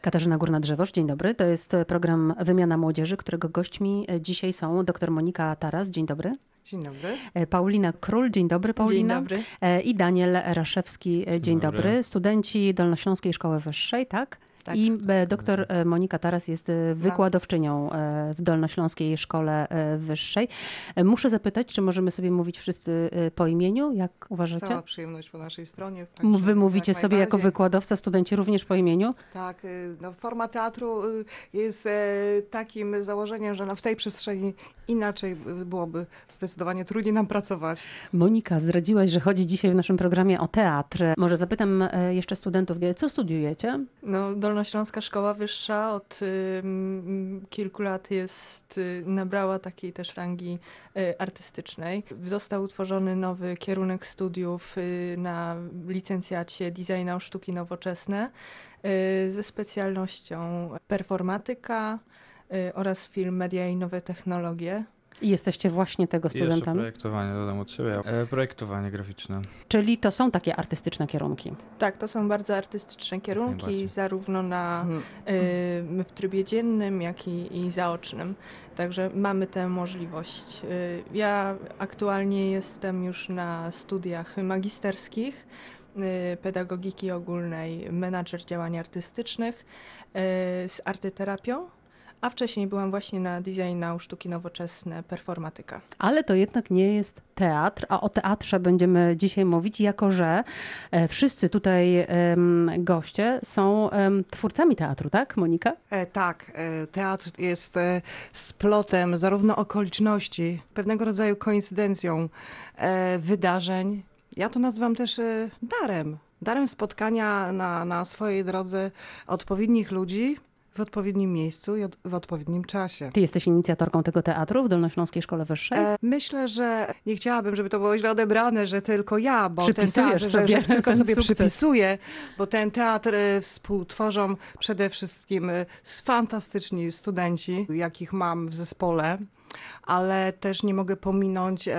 Katarzyna Górna-Drzewosz, dzień dobry. To jest program Wymiana Młodzieży, którego gośćmi dzisiaj są dr Monika Taras, dzień dobry. Dzień dobry. Paulina Król, dzień dobry Paulina. Dzień dobry. I Daniel Raszewski, dzień dobry. Studenci Dolnośląskiej Szkoły Wyższej, tak? Tak. I dr Monika Taras jest wykładowczynią w Dolnośląskiej Szkole Wyższej. Muszę zapytać, czy możemy sobie mówić wszyscy po imieniu? Jak uważacie? Cała przyjemność po naszej stronie. Wy mówicie sobie jako wykładowca, studenci również po imieniu? Tak, forma teatru jest takim założeniem, że w tej przestrzeni inaczej byłoby zdecydowanie trudniej nam pracować. Monika, zdradziłaś, że chodzi dzisiaj w naszym programie o teatr. Może zapytam jeszcze studentów, co studiujecie? Dolnośląska Szkoła Wyższa od kilku lat nabrała takiej też rangi artystycznej. Został utworzony nowy kierunek studiów na licencjacie Designa Sztuki Nowoczesne ze specjalnością performatyka oraz film, media i nowe technologie. I jesteście właśnie tego studentami? Jeszcze projektowanie, dodam od siebie. Projektowanie graficzne. Czyli to są takie artystyczne kierunki? Tak, to są bardzo artystyczne kierunki, zarówno w trybie dziennym, jak i zaocznym. Także mamy tę możliwość. Ja aktualnie jestem już na studiach magisterskich pedagogiki ogólnej, menadżer działań artystycznych z artyterapią. A wcześniej byłam właśnie na designa sztuki nowoczesne, performatyka. Ale to jednak nie jest teatr, a o teatrze będziemy dzisiaj mówić, jako że wszyscy tutaj goście są twórcami teatru, tak Monika? Tak, teatr jest splotem zarówno okoliczności, pewnego rodzaju koincydencją wydarzeń. Ja to nazywam też darem spotkania na swojej drodze odpowiednich ludzi, w odpowiednim miejscu i w odpowiednim czasie. Ty jesteś inicjatorką tego teatru w Dolnośląskiej Szkole Wyższej? Myślę, że nie chciałabym, żeby to było źle odebrane, że tylko ja, bo ten teatr, sobie że tylko sobie sukces. przypisuję, bo ten teatr współtworzą przede wszystkim fantastyczni studenci, jakich mam w zespole. Ale też nie mogę pominąć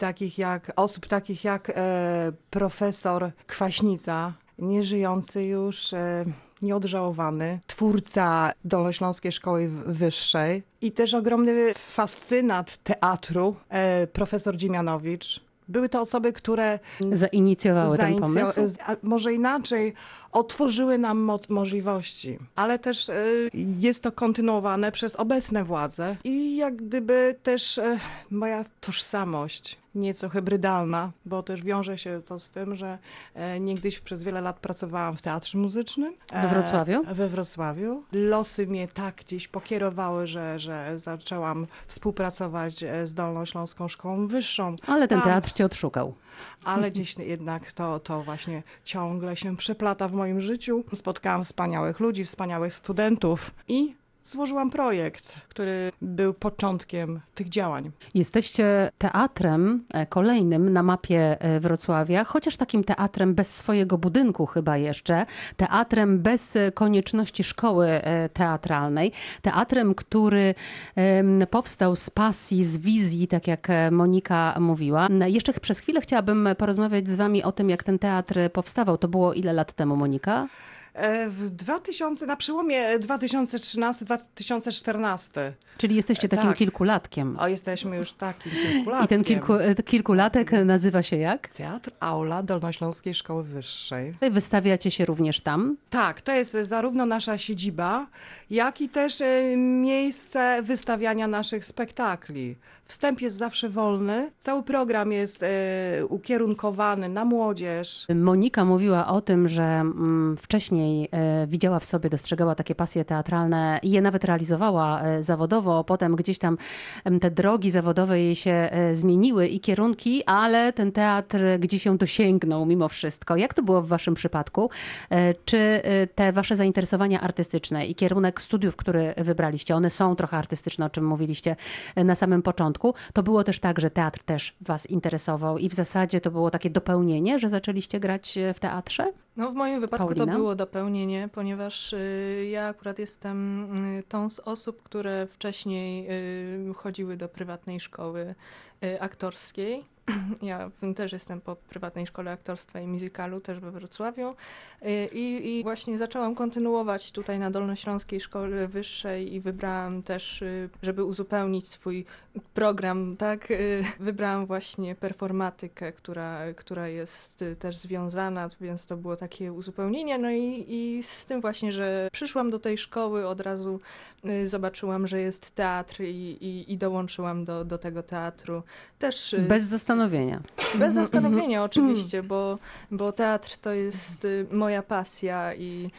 osób takich jak profesor Kwaśnica, nieżyjący już, nieodżałowany, twórca Dolnośląskiej Szkoły Wyższej i też ogromny fascynat teatru, profesor Dziemianowicz. Były to osoby, które zainicjowały ten pomysł? Może inaczej, otworzyły nam możliwości, ale też jest to kontynuowane przez obecne władze i jak gdyby też moja tożsamość nieco hybrydalna, bo też wiąże się to z tym, że niegdyś przez wiele lat pracowałam w teatrze muzycznym. We Wrocławiu? We Wrocławiu. Losy mnie tak gdzieś pokierowały, że zaczęłam współpracować z Dolnośląską Szkołą Wyższą. Ale ten teatr cię odszukał. Ale gdzieś jednak to właśnie ciągle się przeplata w moim życiu. Spotkałam wspaniałych ludzi, wspaniałych studentów i złożyłam projekt, który był początkiem tych działań. Jesteście teatrem kolejnym na mapie Wrocławia, chociaż takim teatrem bez swojego budynku chyba jeszcze, teatrem bez konieczności szkoły teatralnej, teatrem, który powstał z pasji, z wizji, tak jak Monika mówiła. Jeszcze przez chwilę chciałabym porozmawiać z wami o tym, jak ten teatr powstawał. To było ile lat temu, Monika? Na przełomie 2013-2014. Czyli jesteście takim kilkulatkiem. Jesteśmy już takim kilkulatkiem. I ten kilkulatek nazywa się jak? Teatr Aula Dolnośląskiej Szkoły Wyższej. Wystawiacie się również tam? Tak, to jest zarówno nasza siedziba, jak i też miejsce wystawiania naszych spektakli. Wstęp jest zawsze wolny. Cały program jest ukierunkowany na młodzież. Monika mówiła o tym, że wcześniej widziała w sobie, dostrzegała takie pasje teatralne i je nawet realizowała zawodowo. Potem gdzieś tam te drogi zawodowe jej się zmieniły i kierunki, ale ten teatr gdzieś ją dosięgnął mimo wszystko. Jak to było w waszym przypadku? Czy te wasze zainteresowania artystyczne i kierunek studiów, który wybraliście, one są trochę artystyczne, o czym mówiliście na samym początku, to było też tak, że teatr też was interesował i w zasadzie to było takie dopełnienie, że zaczęliście grać w teatrze? No w moim wypadku Paulina? to było dopełnienie, ponieważ ja akurat jestem tą z osób, które wcześniej chodziły do prywatnej szkoły aktorskiej. Ja też jestem po prywatnej szkole aktorstwa i musicalu, też we Wrocławiu. I właśnie zaczęłam kontynuować tutaj na Dolnośląskiej Szkole Wyższej i wybrałam też, żeby uzupełnić swój program, tak, wybrałam właśnie performatykę, która jest też związana, więc to było takie uzupełnienie. No i z tym właśnie, że przyszłam do tej szkoły, od razu zobaczyłam, że jest teatr i dołączyłam do tego teatru. Też Bez zastanowienia. Bez zastanowienia oczywiście, bo teatr to jest moja pasja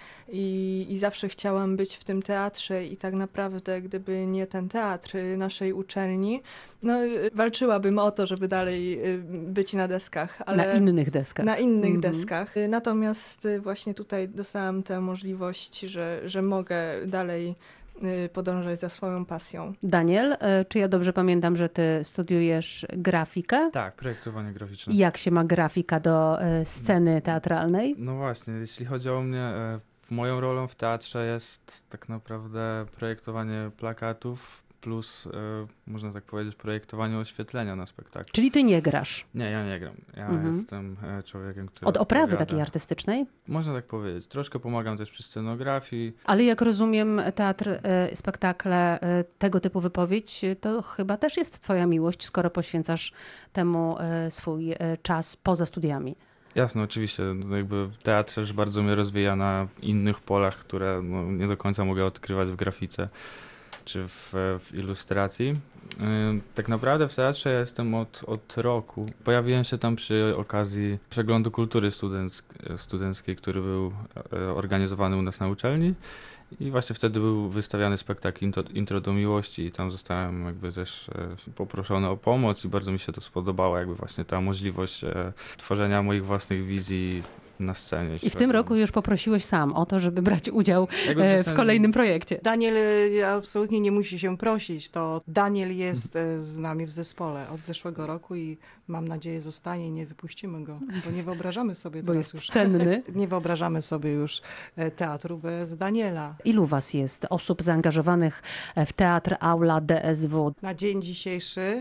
i zawsze chciałam być w tym teatrze i tak naprawdę gdyby nie ten teatr naszej uczelni, no walczyłabym o to, żeby dalej być na deskach. Ale Na innych deskach. Na innych deskach. Natomiast właśnie tutaj dostałam tę możliwość, że mogę dalej podążać za swoją pasją. Daniel, czy ja dobrze pamiętam, że ty studiujesz grafikę? Tak, projektowanie graficzne. Jak się ma grafika do sceny teatralnej? No właśnie, jeśli chodzi o mnie, moją rolą w teatrze jest tak naprawdę projektowanie plakatów plus, można tak powiedzieć, projektowanie oświetlenia na spektaklu. Czyli ty nie grasz? Nie, ja nie gram. Ja jestem człowiekiem, który Od oprawy odpowiada. takiej artystycznej? Można tak powiedzieć. Troszkę pomagam też przy scenografii. Ale jak rozumiem, teatr, spektakle, tego typu wypowiedź, to chyba też jest twoja miłość, skoro poświęcasz temu swój czas poza studiami. Jasne, oczywiście. No jakby teatr też bardzo mnie rozwija na innych polach, które nie do końca mogę odkrywać w grafice czy w ilustracji. Tak naprawdę w teatrze ja jestem od roku. Pojawiłem się tam przy okazji przeglądu kultury studenckiej, który był organizowany u nas na uczelni. I właśnie wtedy był wystawiany spektakl Intro do miłości i tam zostałem jakby też poproszony o pomoc i bardzo mi się to spodobało, jakby właśnie ta możliwość tworzenia moich własnych wizji na scenie. I w tym roku już poprosiłeś sam o to, żeby brać udział w kolejnym projekcie. Daniel absolutnie nie musi się prosić, to Daniel jest z nami w zespole od zeszłego roku i mam nadzieję zostanie i nie wypuścimy go, bo nie wyobrażamy sobie Bo teraz jest już cenny. nie wyobrażamy sobie już teatru bez Daniela. Ilu was jest osób zaangażowanych w teatr Aula DSW? Na dzień dzisiejszy,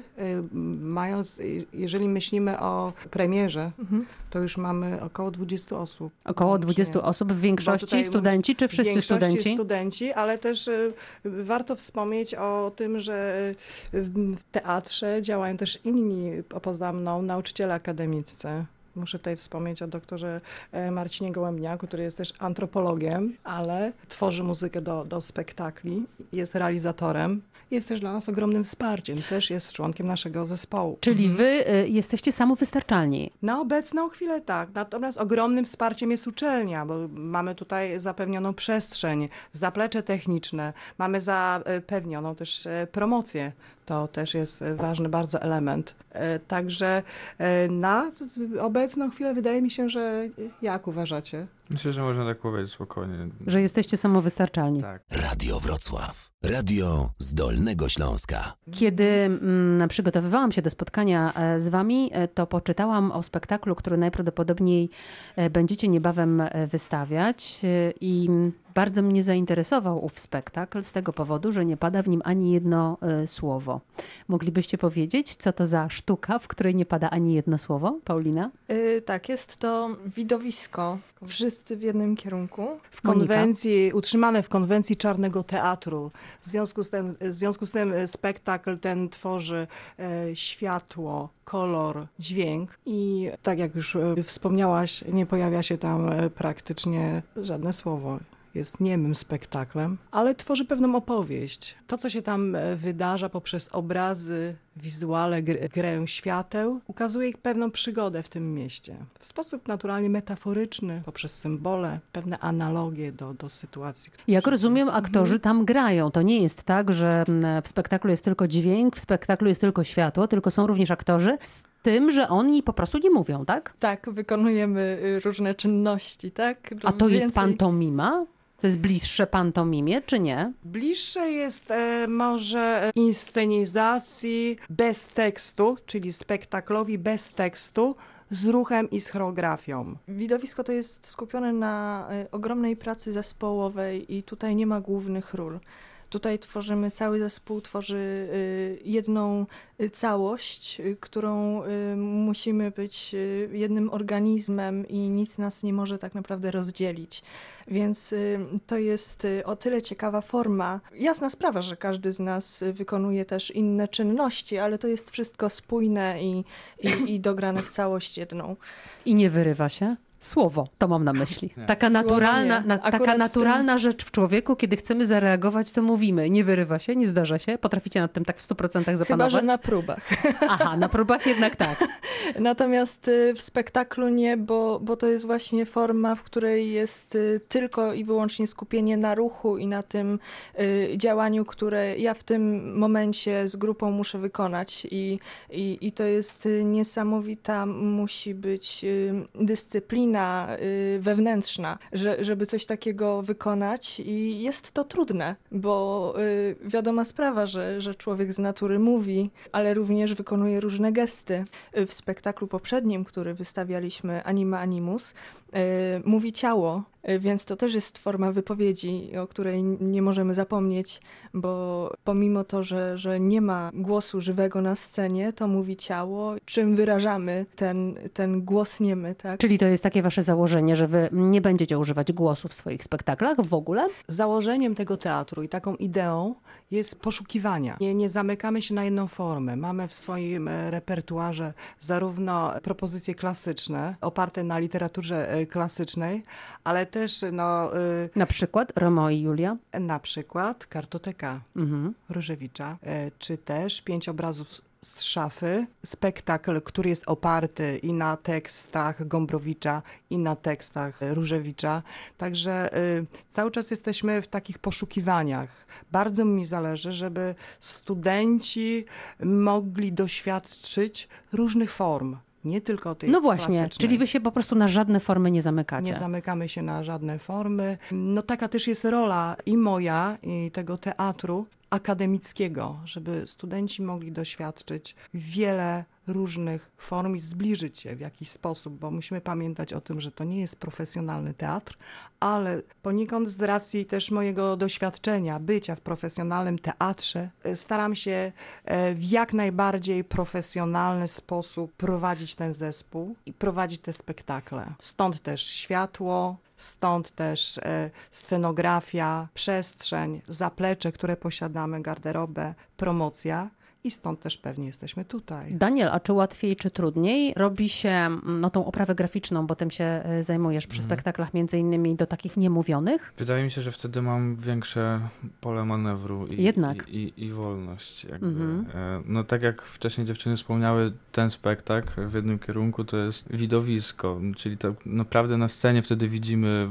jeżeli myślimy o premierze, to już mamy około 20 osób. Około łącznie. 20 osób, w większości tutaj studenci, czy wszyscy W większości studenci? ale też warto wspomnieć o tym, że w teatrze działają też inni poza mną nauczyciele akademiccy. Muszę tutaj wspomnieć o doktorze Marcinie Gołębniaku, który jest też antropologiem, ale tworzy muzykę do spektakli, jest realizatorem. Jest też dla nas ogromnym wsparciem, też jest członkiem naszego zespołu. Czyli wy jesteście samowystarczalni. Na obecną chwilę tak, natomiast ogromnym wsparciem jest uczelnia, bo mamy tutaj zapewnioną przestrzeń, zaplecze techniczne, mamy zapewnioną też promocję. To też jest ważny bardzo element. Także na obecną chwilę wydaje mi się, że jak uważacie? Myślę, że można tak powiedzieć spokojnie. Że jesteście samowystarczalni. Tak. Radio Wrocław. Radio z Dolnego Śląska. Kiedy przygotowywałam się do spotkania z wami, to poczytałam o spektaklu, który najprawdopodobniej będziecie niebawem wystawiać i bardzo mnie zainteresował ów spektakl z tego powodu, że nie pada w nim ani jedno słowo. Moglibyście powiedzieć, co to za sztuka, w której nie pada ani jedno słowo? Paulina? Tak, jest to widowisko. Wszyscy w jednym kierunku. Utrzymane w konwencji Czarnego Teatru. W związku z tym spektakl ten tworzy światło, kolor, dźwięk i tak jak już wspomniałaś, nie pojawia się tam praktycznie żadne słowo. Jest niemym spektaklem, ale tworzy pewną opowieść. To, co się tam wydarza poprzez obrazy, wizuale, grę świateł, ukazuje ich pewną przygodę w tym mieście. W sposób naturalnie metaforyczny, poprzez symbole, pewne analogie do sytuacji. Jak rozumiem, aktorzy tam grają. To nie jest tak, że w spektaklu jest tylko dźwięk, w spektaklu jest tylko światło, tylko są również aktorzy z tym, że oni po prostu nie mówią, tak? Tak, wykonujemy różne czynności, tak? A to jest pantomima? To jest bliższe pantomimie, czy nie? Bliższe jest może inscenizacji bez tekstu, czyli spektaklowi bez tekstu, z ruchem i z choreografią. Widowisko to jest skupione na ogromnej pracy zespołowej i tutaj nie ma głównych ról. Tutaj tworzymy, cały zespół tworzy jedną całość, którą musimy być jednym organizmem i nic nas nie może tak naprawdę rozdzielić. Więc to jest o tyle ciekawa forma. Jasna sprawa, że każdy z nas wykonuje też inne czynności, ale to jest wszystko spójne i dograne w całość jedną. I nie wyrywa się? Słowo, to mam na myśli. Nie. Taka naturalna rzecz w człowieku, kiedy chcemy zareagować, to mówimy. Nie wyrywa się, nie zdarza się. Potraficie nad tym tak w 100% zapanować? Chyba, że na próbach. Aha, na próbach jednak tak. Natomiast w spektaklu nie, bo to jest właśnie forma, w której jest tylko i wyłącznie skupienie na ruchu i na tym działaniu, które ja w tym momencie z grupą muszę wykonać. I to jest niesamowita, musi być dyscyplina wewnętrzna, żeby coś takiego wykonać i jest to trudne, bo wiadoma sprawa, że człowiek z natury mówi, ale również wykonuje różne gesty. W spektaklu poprzednim, który wystawialiśmy, Anima Animus, mówi ciało, więc to też jest forma wypowiedzi, o której nie możemy zapomnieć, bo pomimo to, że nie ma głosu żywego na scenie, to mówi ciało, czym wyrażamy ten głos niemy, tak? Czyli to jest takie wasze założenie, że wy nie będziecie używać głosu w swoich spektaklach w ogóle? Założeniem tego teatru i taką ideą jest poszukiwania. Nie zamykamy się na jedną formę. Mamy w swoim repertuarze zarówno propozycje klasyczne, oparte na literaturze klasycznej, ale też Na przykład Romeo i Julia? na przykład Kartoteka Różewicza, czy też 5 obrazów z szafy, spektakl, który jest oparty i na tekstach Gombrowicza, i na tekstach Różewicza. Także cały czas jesteśmy w takich poszukiwaniach. Bardzo mi zależy, żeby studenci mogli doświadczyć różnych form. Nie tylko tej No właśnie, klasycznej. czyli wy się po prostu na żadne formy nie zamykacie. Nie zamykamy się na żadne formy. No taka też jest rola i moja, i tego teatru akademickiego, żeby studenci mogli doświadczyć wiele różnych form i zbliżyć się w jakiś sposób, bo musimy pamiętać o tym, że to nie jest profesjonalny teatr, ale poniekąd z racji też mojego doświadczenia, bycia w profesjonalnym teatrze, staram się w jak najbardziej profesjonalny sposób prowadzić ten zespół i prowadzić te spektakle. Stąd też światło, stąd też scenografia, przestrzeń, zaplecze, które posiadamy, garderobę, promocja. I stąd też pewnie jesteśmy tutaj. Daniel, a czy łatwiej, czy trudniej robi się tą oprawę graficzną, bo tym się zajmujesz przy spektaklach między innymi do takich niemówionych? Wydaje mi się, że wtedy mam większe pole manewru i wolność. Jakby. No tak jak wcześniej dziewczyny wspomniały, ten spektakl w jednym kierunku to jest widowisko, czyli tak naprawdę na scenie wtedy widzimy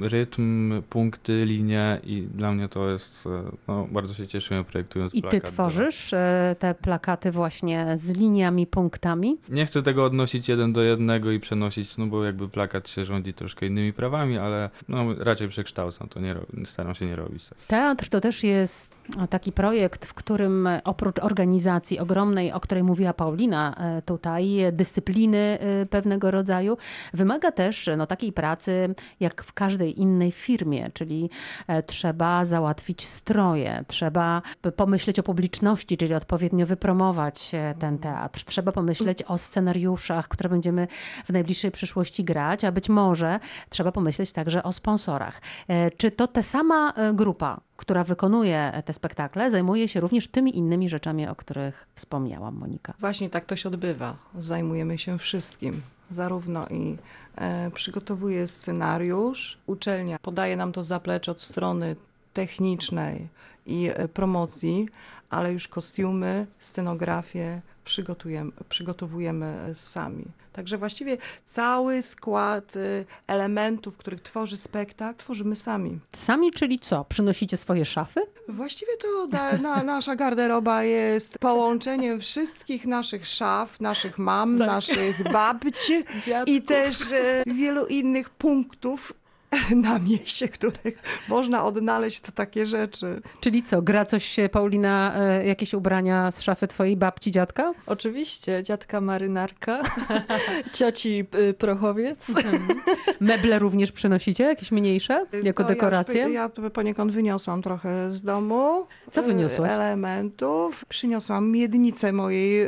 rytm, punkty, linie i dla mnie to jest, bardzo się cieszymy projektując plakat. I ty tworzysz te plakaty właśnie z liniami, punktami? Nie chcę tego odnosić 1 do 1 i przenosić, bo jakby plakat się rządzi troszkę innymi prawami, ale raczej przekształcam to, staram się nie robić. Tak. Teatr to też jest taki projekt, w którym oprócz organizacji ogromnej, o której mówiła Paulina tutaj, dyscypliny pewnego rodzaju, wymaga też takiej pracy jak w każdej innej firmie, czyli trzeba załatwić stroje, trzeba pomyśleć o publiczności, czyli odpowiednio wypromować ten teatr. Trzeba pomyśleć o scenariuszach, które będziemy w najbliższej przyszłości grać, a być może trzeba pomyśleć także o sponsorach. Czy to ta sama grupa, która wykonuje te spektakle, zajmuje się również tymi innymi rzeczami, o których wspomniałam, Monika? Właśnie tak to się odbywa. Zajmujemy się wszystkim. Zarówno i przygotowuje scenariusz, uczelnia podaje nam to zaplecze od strony technicznej i promocji, ale już kostiumy, scenografię przygotowujemy sami. Także właściwie cały skład elementów, których tworzy spektakl, tworzymy sami. Sami, czyli co? Przynosicie swoje szafy? Właściwie to nasza garderoba jest połączeniem wszystkich naszych szaf, naszych mam, naszych babci i też wielu innych punktów, na mieście, których można odnaleźć to takie rzeczy. Czyli co, gra coś Paulina, jakieś ubrania z szafy twojej babci, dziadka? Oczywiście, dziadka marynarka, cioci prochowiec. Meble również przynosicie, jakieś mniejsze, jako dekoracje? Ja poniekąd wyniosłam trochę z domu. Co wyniosłaś? Elementów. Przyniosłam miednicę mojej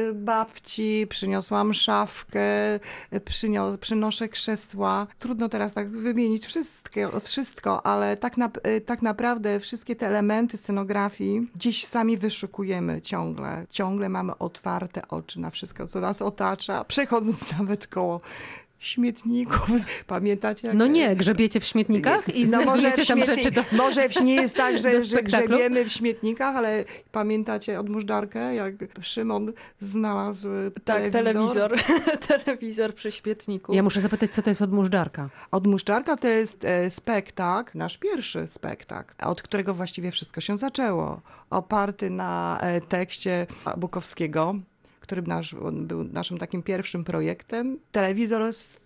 babci, przyniosłam szafkę, przynoszę krzesła. Trudno teraz tak wymienić wszystko, ale tak naprawdę wszystkie te elementy scenografii gdzieś sami wyszukujemy ciągle. Ciągle mamy otwarte oczy na wszystko, co nas otacza, przechodząc nawet koło śmietników. Pamiętacie? No nie, grzebiecie w śmietnikach i znajdujecie tam rzeczy do... Może nie jest tak, że spektaklu? grzebiemy w śmietnikach, ale pamiętacie odmóżdżarkę, jak Szymon znalazł telewizor? Telewizor przy śmietniku. Ja muszę zapytać, co to jest odmóżdżarka? Odmóżdżarka to jest spektakl, nasz pierwszy spektakl, od którego właściwie wszystko się zaczęło. Oparty na tekście Bukowskiego, który był naszym takim pierwszym projektem. Telewizor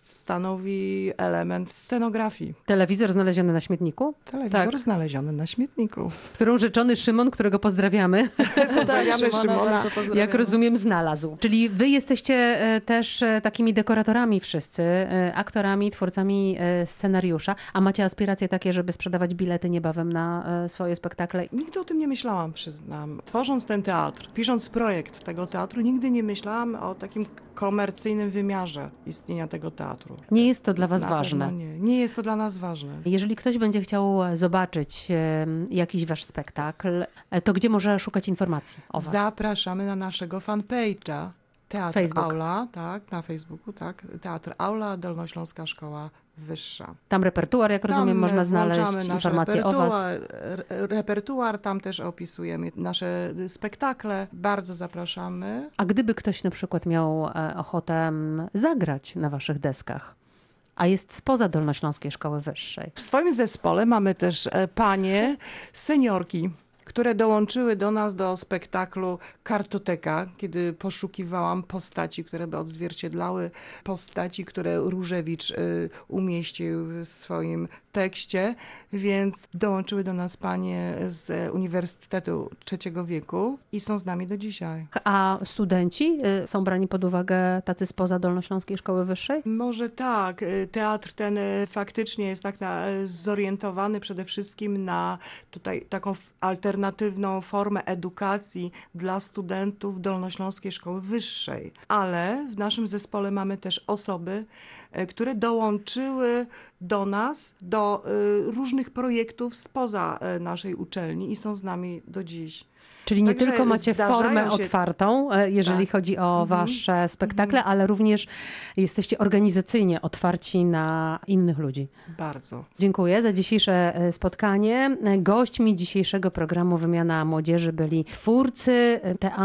stanowi element scenografii. Telewizor znaleziony na śmietniku? Telewizor znaleziony na śmietniku. Którą rzeczony Szymon, którego pozdrawiamy, Pozdrawiamy Szymona. jak rozumiem, znalazł. Czyli wy jesteście też takimi dekoratorami wszyscy, aktorami, twórcami scenariusza, a macie aspiracje takie, żeby sprzedawać bilety niebawem na swoje spektakle? Nigdy o tym nie myślałam, przyznam. Tworząc ten teatr, pisząc projekt tego teatru, nigdy nie myślałam o takim komercyjnym wymiarze istnienia tego teatru. Nie jest to dla was Na ważne? pewno nie jest to dla nas ważne. Jeżeli ktoś będzie chciał zobaczyć jakiś wasz spektakl, to gdzie może szukać informacji o was? Zapraszamy na naszego fanpage'a. Teatr Facebook. Aula, tak, na Facebooku, tak. Teatr Aula, Dolnośląska Szkoła Wyższa. Tam repertuar, jak rozumiem, można znaleźć włączamy nasz informacje o was. repertuar, tam też opisujemy nasze spektakle. Bardzo zapraszamy. A gdyby ktoś na przykład miał ochotę zagrać na waszych deskach, a jest spoza Dolnośląskiej Szkoły Wyższej? W swoim zespole mamy też panie seniorki, które dołączyły do nas do spektaklu Kartoteka, kiedy poszukiwałam postaci, które by odzwierciedlały postaci, które Różewicz umieścił w swoim tekście, więc dołączyły do nas panie z Uniwersytetu Trzeciego Wieku i są z nami do dzisiaj. A studenci są brani pod uwagę tacy spoza Dolnośląskiej Szkoły Wyższej? Może tak. Teatr ten faktycznie jest tak zorientowany przede wszystkim na tutaj taką alternatywną formę edukacji dla studentów Dolnośląskiej Szkoły Wyższej. Ale w naszym zespole mamy też osoby, które dołączyły do nas, do różnych projektów spoza naszej uczelni i są z nami do dziś. Czyli nie Także tylko macie zdarzają formę się- otwartą, jeżeli Tak. chodzi o wasze spektakle, ale również jesteście organizacyjnie otwarci na innych ludzi. Bardzo. Dziękuję za dzisiejsze spotkanie. Gośćmi dzisiejszego programu Wymiana Młodzieży byli twórcy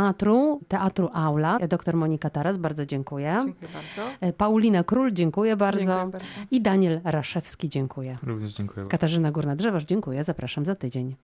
Teatru Aula, dr Monika Taras, bardzo dziękuję. Dziękuję bardzo. Paulina Król, dziękuję bardzo. Dziękuję bardzo. I Daniel Raszewski, dziękuję. Również dziękuję. Katarzyna Górna-Drzewosz, dziękuję. Zapraszam za tydzień.